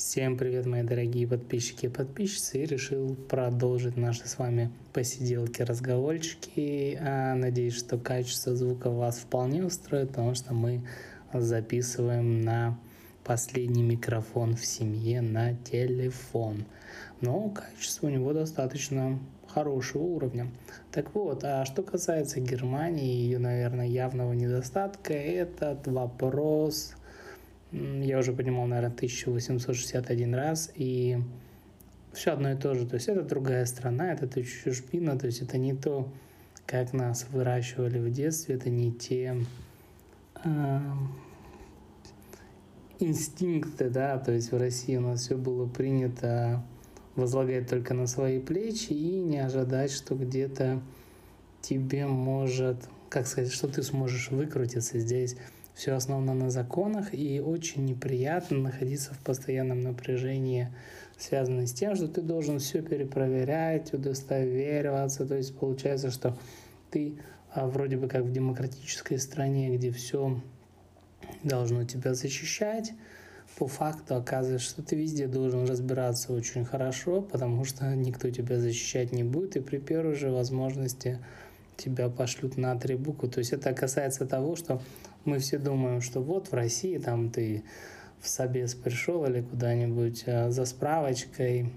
Всем привет, мои дорогие подписчики и подписчицы. И решил продолжить наши с вами посиделки, разговорчики. Надеюсь, что качество звука вас вполне устроит, потому что мы записываем на последний микрофон в семье на телефон. Но качество у него достаточно хорошего уровня. Так вот, а что касается Германии и ее, наверное, явного недостатка, этот вопрос я уже поднимал, наверное, 1861 раз, и все одно и то же. То есть это другая страна, это чужбина, то есть это не то, как нас выращивали в детстве, это не те инстинкты, да, то есть в России у нас все было принято возлагать только на свои плечи и не ожидать, что где-то тебе может, как сказать, что ты сможешь выкрутиться. Здесь все основано на законах, и очень неприятно находиться в постоянном напряжении, связанном с тем, что ты должен все перепроверять, удостовериваться. То есть получается, что ты вроде бы как в демократической стране, где все должно тебя защищать, по факту оказывается, что ты везде должен разбираться очень хорошо, потому что никто тебя защищать не будет, и при первой же возможности тебя пошлют на 3 буквы. То есть это касается того, что мы все думаем, что вот в России там ты в собес пришел или куда-нибудь за справочкой,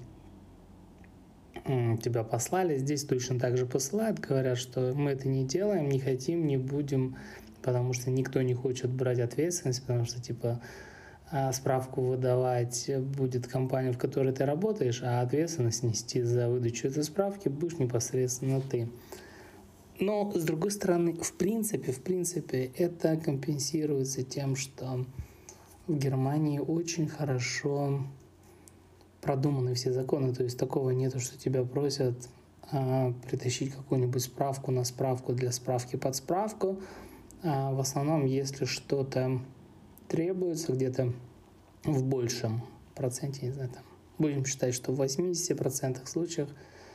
тебя послали, здесь точно так же посылают, говорят, что мы это не делаем, не хотим, не будем, потому что никто не хочет брать ответственность, потому что типа справку выдавать будет компания, в которой ты работаешь, а ответственность нести за выдачу этой справки будешь непосредственно ты. Но, с другой стороны, в принципе, это компенсируется тем, что в Германии очень хорошо продуманы все законы. То есть такого нету, что тебя просят притащить какую-нибудь справку на справку для справки под справку. В основном, если что-то требуется где-то в большем проценте, не знаю, там, будем считать, что в 80% случаев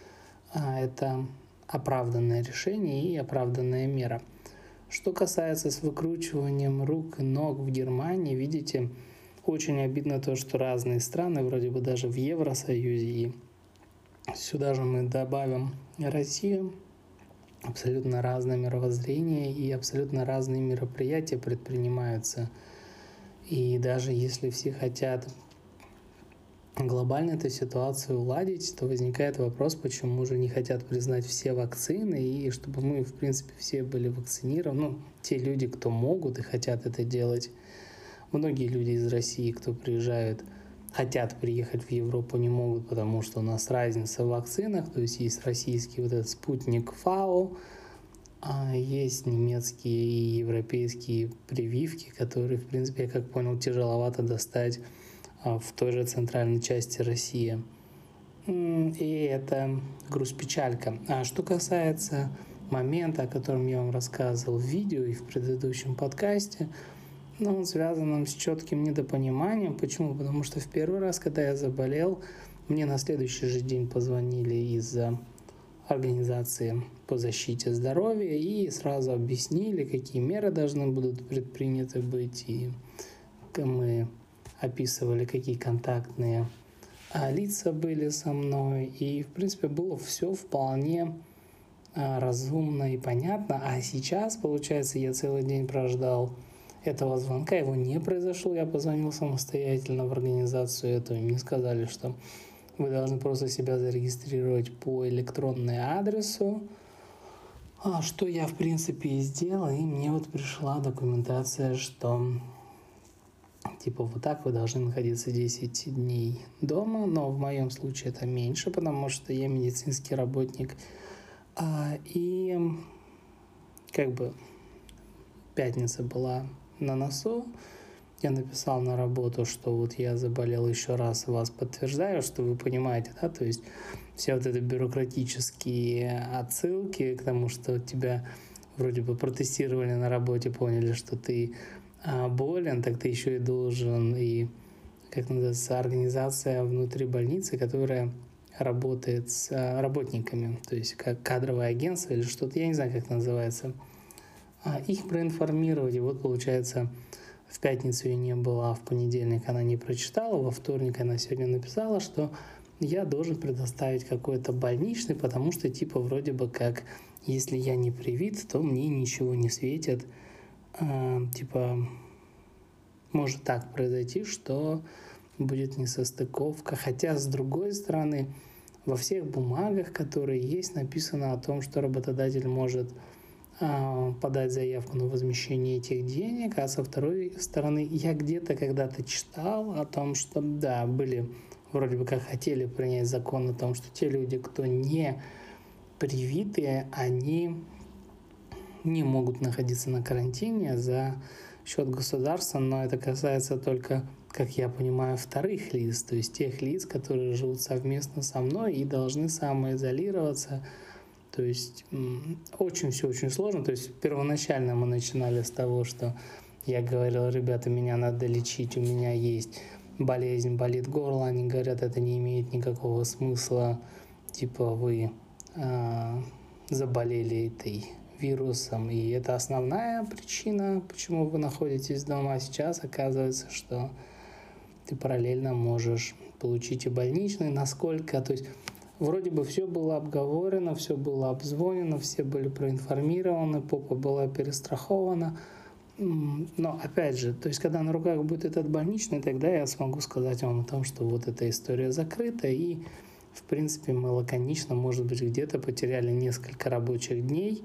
это оправданное решение и оправданная мера. Что касается с выкручиванием рук и ног в Германии, видите, очень обидно то, что разные страны, вроде бы даже в Евросоюзе, и сюда же мы добавим Россию, абсолютно разное мировоззрение и абсолютно разные мероприятия предпринимаются. И даже если все хотят глобально эту ситуацию уладить, то возникает вопрос, почему же не хотят признать все вакцины, и чтобы мы, в принципе, все были вакцинированы. Те люди, кто могут и хотят это делать. Многие люди из России, кто приезжают, хотят приехать в Европу, не могут, потому что у нас разница в вакцинах. То есть есть российский вот этот спутник ФАО, а есть немецкие и европейские прививки, которые, в принципе, я как понял, тяжеловато достать в той же центральной части России. И это груз-печалька. А что касается момента, о котором я вам рассказывал в видео и в предыдущем подкасте, он связан с четким недопониманием. Почему? Потому что в первый раз, когда я заболел, мне на следующий же день позвонили из организации по защите здоровья и сразу объяснили, какие меры должны будут предприняты быть. И мы описывали, какие контактные лица были со мной. И, в принципе, было все вполне разумно и понятно. А сейчас, получается, я целый день прождал этого звонка. Его не произошло. Я позвонил самостоятельно в организацию эту. И мне сказали, что вы должны просто себя зарегистрировать по электронному адресу. Что я, в принципе, и сделал. И мне вот пришла документация, что типа вот так вы должны находиться 10 дней дома, но в моем случае это меньше, потому что я медицинский работник. И как бы пятница была на носу, я написал на работу, что вот я заболел еще раз, вас подтверждаю, что вы понимаете, да, то есть все вот это бюрократические отсылки к тому, что тебя вроде бы протестировали на работе, поняли, что ты болен, так ты еще и должен, и, как называется, организация внутри больницы, которая работает с работниками, то есть как кадровое агентство или что-то, я не знаю, как называется, их проинформировать. И вот, получается, в пятницу ее не было, а в понедельник она не прочитала, во вторник она сегодня написала, что я должен предоставить какой-то больничный, потому что типа вроде бы как, если я не привит, то мне ничего не светит. Типа может так произойти, что будет несостыковка. Хотя с другой стороны, во всех бумагах, которые есть, написано о том, что работодатель может подать заявку на возмещение этих денег, а со второй стороны я где-то когда-то читал о том, что да, были вроде бы как хотели принять закон о том, что те люди, кто не привитые, они не могут находиться на карантине за счет государства, но это касается только, как я понимаю, вторых лиц, то есть тех лиц, которые живут совместно со мной и должны самоизолироваться. То есть очень все очень сложно. То есть первоначально мы начинали с того, что я говорил: ребята, меня надо лечить, у меня есть болезнь, болит горло. Они говорят, это не имеет никакого смысла, типа вы заболели этой вирусом, и это основная причина, почему вы находитесь дома. А сейчас оказывается, что ты параллельно можешь получить и больничный, насколько, то есть вроде бы все было обговорено, все было обзвонено, все были проинформированы, попа была перестрахована. Но опять же, то есть когда на руках будет этот больничный, тогда я смогу сказать вам о том, что вот эта история закрыта, и в принципе мы лаконично, может быть, где-то потеряли несколько рабочих дней,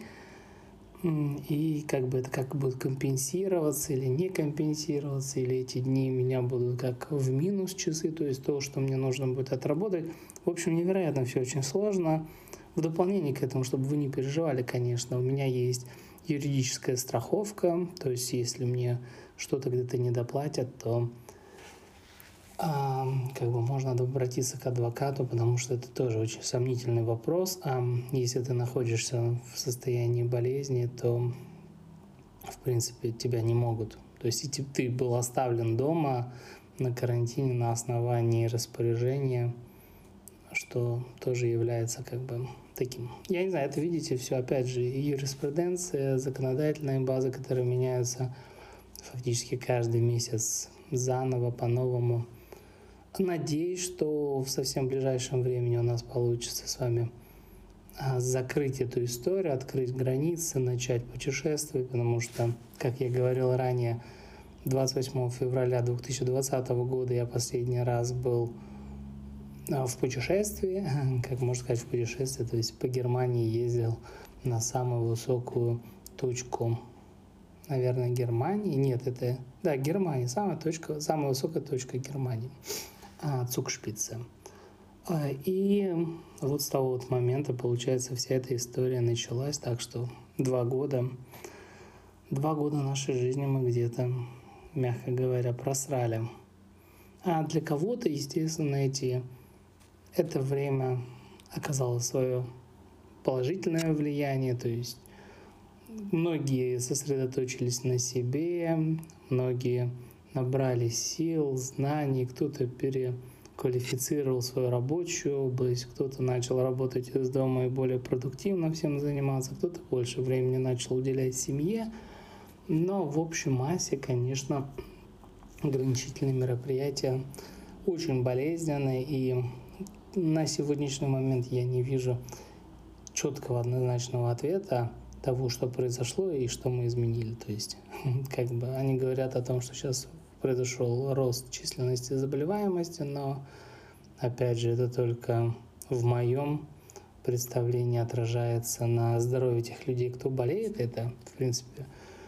и как бы это как будет компенсироваться или не компенсироваться, или эти дни у меня будут как в минус часы, то есть то, что мне нужно будет отработать. В общем, невероятно все очень сложно. В дополнение к этому, чтобы вы не переживали, конечно, у меня есть юридическая страховка, то есть если мне что-то где-то не доплатят, то как бы можно обратиться к адвокату, потому что это тоже очень сомнительный вопрос. Если ты находишься в состоянии болезни, то в принципе тебя не могут. То есть если ты был оставлен дома на карантине на основании распоряжения, что тоже является как бы таким. Я не знаю, это видите все опять же юриспруденция, законодательные базы, которые меняются фактически каждый месяц заново, по-новому. Надеюсь, что в совсем ближайшем времени у нас получится с вами закрыть эту историю, открыть границы, начать путешествовать, потому что, как я говорил ранее, 28 февраля 2020 года я последний раз был в путешествии, как можно сказать, в путешествии, то есть по Германии ездил на самую высокую точку, наверное, Германии. Нет, это, да, Германия, самая высокая точка Германии. Цугшпице. И вот с того вот момента, получается, вся эта история началась, так что 2 года нашей жизни мы где-то, мягко говоря, просрали. А для кого-то, естественно, это время оказало свое положительное влияние, то есть многие сосредоточились на себе, многие набрали сил, знаний, кто-то переквалифицировал свою рабочую область, кто-то начал работать из дома и более продуктивно всем заниматься, кто-то больше времени начал уделять семье. Но в общей массе, конечно, ограничительные мероприятия очень болезненные, и на сегодняшний момент я не вижу четкого однозначного ответа того, что произошло и что мы изменили. То есть, как бы они говорят о том, что сейчас произошел рост численности заболеваемости, но, опять же, это только в моем представлении отражается на здоровье тех людей, кто болеет. Это, в принципе,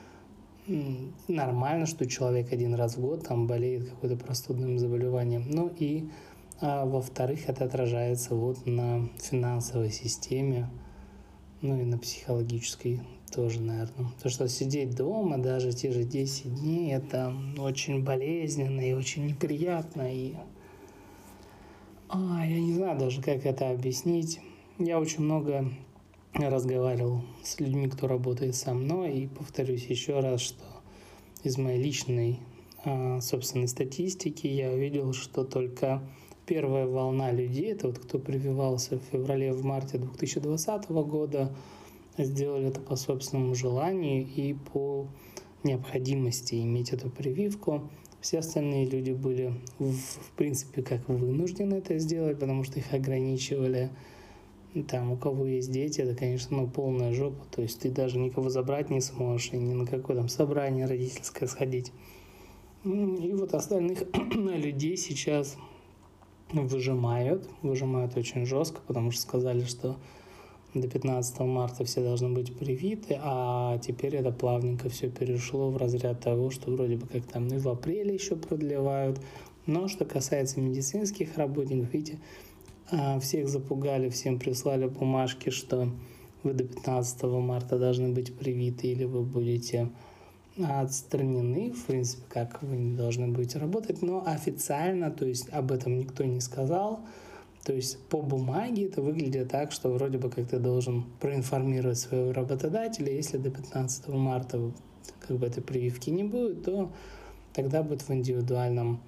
нормально, что человек 1 раз в год там болеет какой-то простудным заболеванием. Ну и, во-вторых, это отражается вот на финансовой системе, ну и на психологической тоже, наверное. То, что сидеть дома даже те же 10 дней, это очень болезненно и очень неприятно. И я не знаю даже, как это объяснить. Я очень много разговаривал с людьми, кто работает со мной, и повторюсь еще раз, что из моей личной собственной статистики я увидел, что только первая волна людей, это вот кто прививался в феврале, в марте 2020 года, сделали это по собственному желанию и по необходимости иметь эту прививку. Все остальные люди были, в принципе, как вынуждены это сделать, потому что их ограничивали. Там, у кого есть дети, это, конечно, полная жопа. То есть ты даже никого забрать не сможешь, и ни на какое там собрание родительское сходить. И вот остальных людей сейчас выжимают очень жестко, потому что сказали, что до 15 марта все должны быть привиты, а теперь это плавненько все перешло в разряд того, что вроде бы как там и в апреле еще продлевают. Но что касается медицинских работников, видите, всех запугали, всем прислали бумажки, что вы до 15 марта должны быть привиты или вы будете отстранены, в принципе, как вы не должны будете работать, но официально, то есть об этом никто не сказал. То есть по бумаге это выглядит так, что вроде бы как ты должен проинформировать своего работодателя. Если до 15 марта как бы этой прививки не будет, то тогда будет в индивидуальном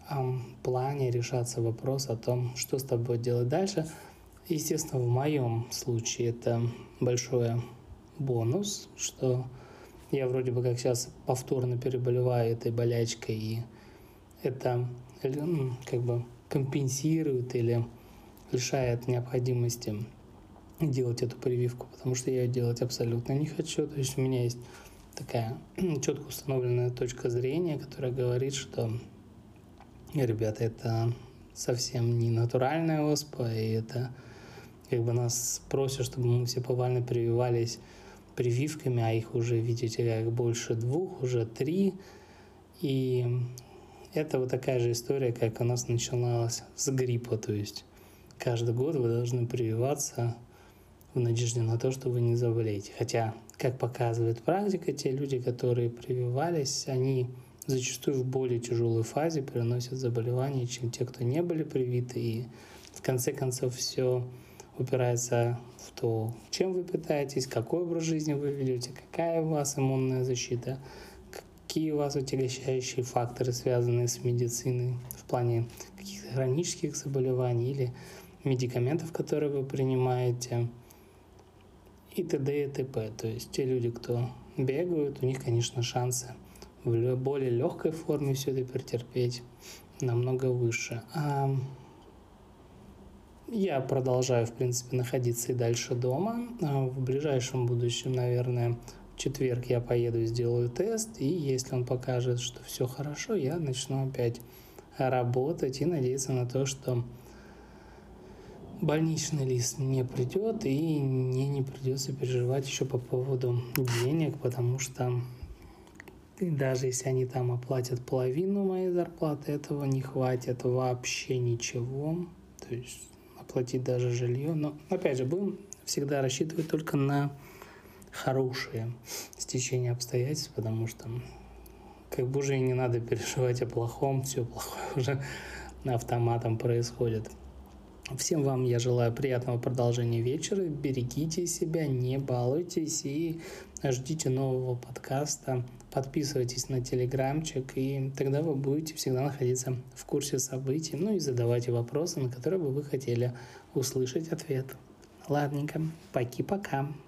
плане решаться вопрос о том, что с тобой делать дальше. Естественно, в моем случае это большой бонус, что я вроде бы как сейчас повторно переболеваю этой болячкой, и это как бы компенсирует или лишает необходимости делать эту прививку, потому что я ее делать абсолютно не хочу. То есть у меня есть такая четко установленная точка зрения, которая говорит, что, ребята, это совсем не натуральная оспа, и это как бы нас просят, чтобы мы все повально прививались прививками, а их уже, видите, как больше 2, уже 3. И это вот такая же история, как у нас начиналась с гриппа, то есть каждый год вы должны прививаться в надежде на то, что вы не заболеете. Хотя, как показывает практика, те люди, которые прививались, они зачастую в более тяжелой фазе переносят заболевания, чем те, кто не были привиты. И в конце концов все упирается в то, чем вы питаетесь, какой образ жизни вы ведете, какая у вас иммунная защита, какие у вас утягощающие факторы, связанные с медициной в плане каких-то хронических заболеваний или медикаментов, которые вы принимаете, и т.д. и т.п. То есть те люди, кто бегают, у них, конечно, шансы в более легкой форме все это претерпеть намного выше. Я продолжаю, в принципе, находиться и дальше дома. В ближайшем будущем, наверное, в четверг я поеду и сделаю тест, и если он покажет, что все хорошо, я начну опять работать и надеяться на то, что больничный лист не придет, и мне не придется переживать еще по поводу денег, потому что даже если они там оплатят половину моей зарплаты, этого не хватит вообще ничего. То есть оплатить даже жилье. Но, опять же, будем всегда рассчитывать только на хорошие стечения обстоятельств, потому что как бы уже и не надо переживать о плохом, все плохое уже автоматом происходит. Всем вам я желаю приятного продолжения вечера, берегите себя, не балуйтесь и ждите нового подкаста, подписывайтесь на телеграмчик, и тогда вы будете всегда находиться в курсе событий, ну и задавайте вопросы, на которые бы вы хотели услышать ответ. Ладненько, пока.